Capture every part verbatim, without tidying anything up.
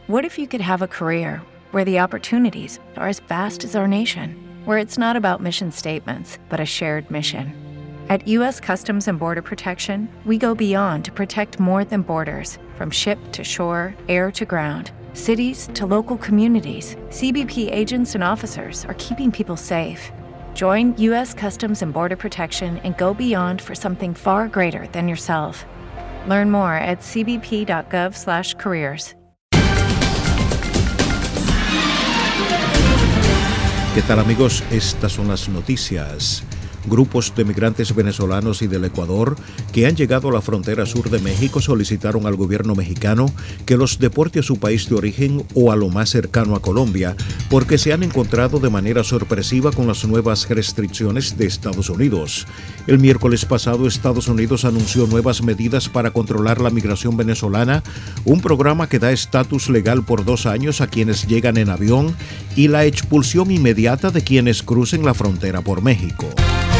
What if you could have a career where the opportunities are as vast as our nation, where it's not about mission statements, but a shared mission? At U S Customs and Border Protection, we go beyond to protect more than borders. From ship to shore, air to ground, cities to local communities, C B P agents and officers are keeping people safe. Join U S Customs and Border Protection and go beyond for something far greater than yourself. Learn more at c b p dot gov slash careers. ¿Qué tal, amigos? Estas son las noticias. Grupos de migrantes venezolanos y del Ecuador que han llegado a la frontera sur de México solicitaron al gobierno mexicano que los deporte a su país de origen o a lo más cercano a Colombia porque se han encontrado de manera sorpresiva con las nuevas restricciones de Estados Unidos. El miércoles pasado, Estados Unidos anunció nuevas medidas para controlar la migración venezolana, un programa que da estatus legal por dos años a quienes llegan en avión y la expulsión inmediata de quienes crucen la frontera por México.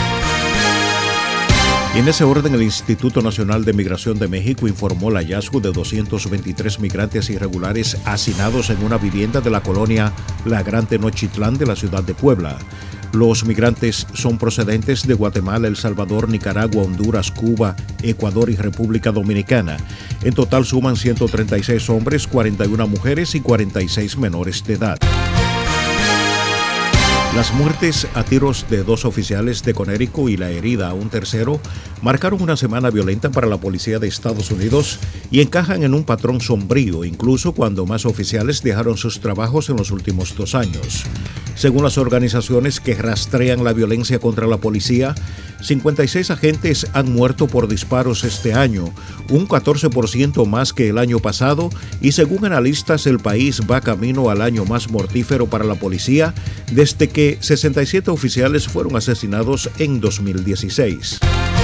Y en ese orden, el Instituto Nacional de Migración de México informó el hallazgo de doscientos veintitrés migrantes irregulares hacinados en una vivienda de la colonia La Gran Tenochtitlán de la ciudad de Puebla. Los migrantes son procedentes de Guatemala, El Salvador, Nicaragua, Honduras, Cuba, Ecuador y República Dominicana. En total suman ciento treinta y seis hombres, cuarenta y una mujeres y cuarenta y seis menores de edad. Las muertes a tiros de dos oficiales de Connecticut y la herida a un tercero marcaron una semana violenta para la policía de Estados Unidos y encajan en un patrón sombrío, incluso cuando más oficiales dejaron sus trabajos en los últimos dos años. Según las organizaciones que rastrean la violencia contra la policía, cincuenta y seis agentes han muerto por disparos este año, un catorce por ciento más que el año pasado, y según analistas, el país va camino al año más mortífero para la policía desde que sesenta y siete oficiales fueron asesinados en dos mil dieciséis.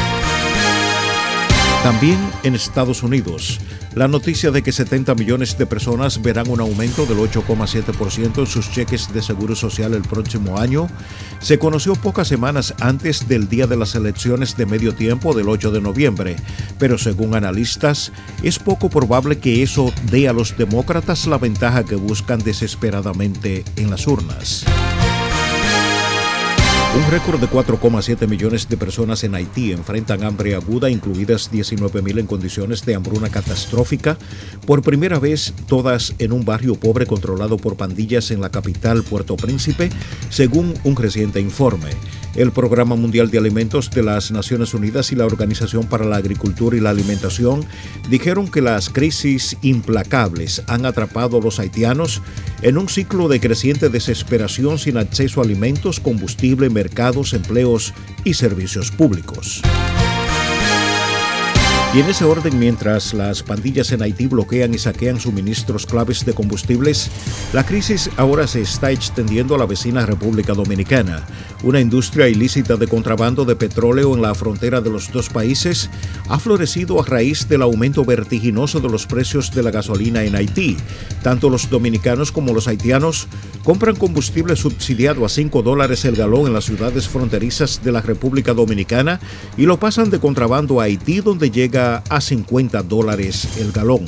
También en Estados Unidos, la noticia de que setenta millones de personas verán un aumento del ocho coma siete por ciento en sus cheques de seguro social el próximo año se conoció pocas semanas antes del día de las elecciones de medio tiempo del ocho de noviembre, pero según analistas, es poco probable que eso dé a los demócratas la ventaja que buscan desesperadamente en las urnas. Un récord de cuatro coma siete millones de personas en Haití enfrentan hambre aguda, incluidas diecinueve mil en condiciones de hambruna catastrófica, por primera vez todas en un barrio pobre controlado por pandillas en la capital, Puerto Príncipe, según un reciente informe. El Programa Mundial de Alimentos de las Naciones Unidas y la Organización para la Agricultura y la Alimentación dijeron que las crisis implacables han atrapado a los haitianos en un ciclo de creciente desesperación sin acceso a alimentos, combustible, mercados, empleos y servicios públicos. Y en ese orden, mientras las pandillas en Haití bloquean y saquean suministros claves de combustibles, la crisis ahora se está extendiendo a la vecina República Dominicana. Una industria ilícita de contrabando de petróleo en la frontera de los dos países ha florecido a raíz del aumento vertiginoso de los precios de la gasolina en Haití. Tanto los dominicanos como los haitianos compran combustible subsidiado a cinco dólares el galón en las ciudades fronterizas de la República Dominicana y lo pasan de contrabando a Haití, donde llega a cincuenta dólares el galón.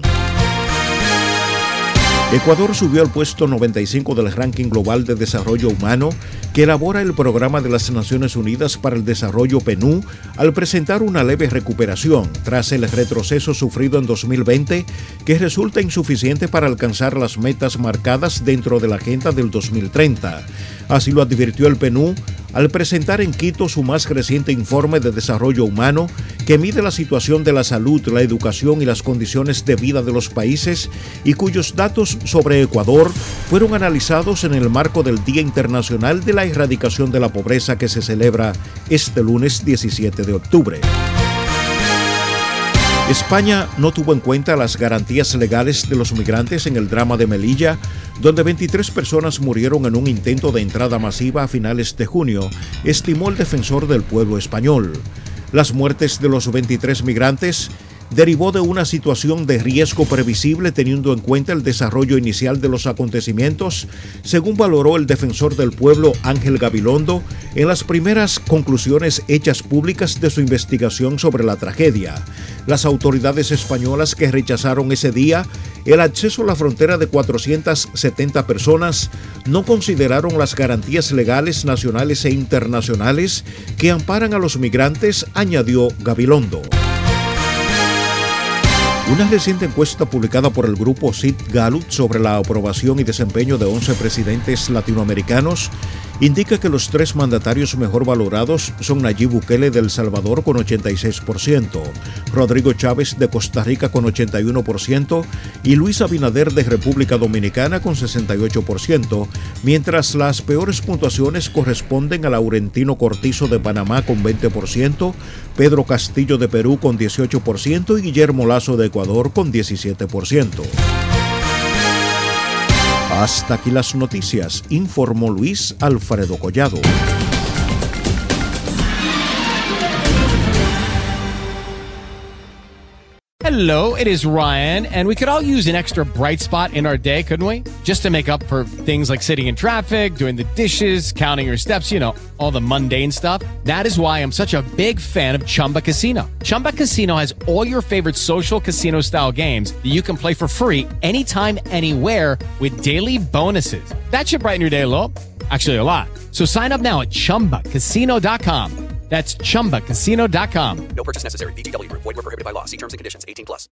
Ecuador subió al puesto noventa y cinco del ranking global de desarrollo humano que elabora el Programa de las Naciones Unidas para el Desarrollo P N U D al presentar una leve recuperación tras el retroceso sufrido en dos mil veinte que resulta insuficiente para alcanzar las metas marcadas dentro de la Agenda del dos mil treinta. Así lo advirtió el P N U D al presentar en Quito su más reciente informe de desarrollo humano que mide la situación de la salud, la educación y las condiciones de vida de los países y cuyos datos sobre Ecuador fueron analizados en el marco del Día Internacional de la Erradicación de la Pobreza que se celebra este lunes diecisiete de octubre. España no tuvo en cuenta las garantías legales de los migrantes en el drama de Melilla, donde veintitrés personas murieron en un intento de entrada masiva a finales de junio, estimó el defensor del pueblo español. Las muertes de los veintitrés migrantes derivó de una situación de riesgo previsible teniendo en cuenta el desarrollo inicial de los acontecimientos, según valoró el defensor del pueblo Ángel Gabilondo en las primeras conclusiones hechas públicas de su investigación sobre la tragedia. Las autoridades españolas que rechazaron ese día el acceso a la frontera de cuatrocientas setenta personas no consideraron las garantías legales nacionales e internacionales que amparan a los migrantes, añadió Gabilondo. Una reciente encuesta publicada por el grupo Sid Gallup sobre la aprobación y desempeño de once presidentes latinoamericanos indica que los tres mandatarios mejor valorados son Nayib Bukele de El Salvador con ochenta y seis por ciento, Rodrigo Chávez de Costa Rica con ochenta y uno por ciento y Luis Abinader de República Dominicana con sesenta y ocho por ciento, mientras las peores puntuaciones corresponden a Laurentino Cortizo de Panamá con veinte por ciento, Pedro Castillo de Perú con dieciocho por ciento y Guillermo Lasso de Ecuador con diecisiete por ciento. Hasta aquí las noticias, informó Luis Alfredo Collado. Hello, it is Ryan, and we could all use an extra bright spot in our day, couldn't we? Just to make up for things like sitting in traffic, doing the dishes, counting your steps, you know, all the mundane stuff. That is why I'm such a big fan of Chumba Casino. Chumba Casino has all your favorite social casino-style games that you can play for free anytime, anywhere with daily bonuses. That should brighten your day a little. Actually, a lot. So sign up now at chumba casino dot com. That's chumba casino dot com. No purchase necessary. V G W Group. Void where prohibited by law. See terms and conditions. eighteen plus.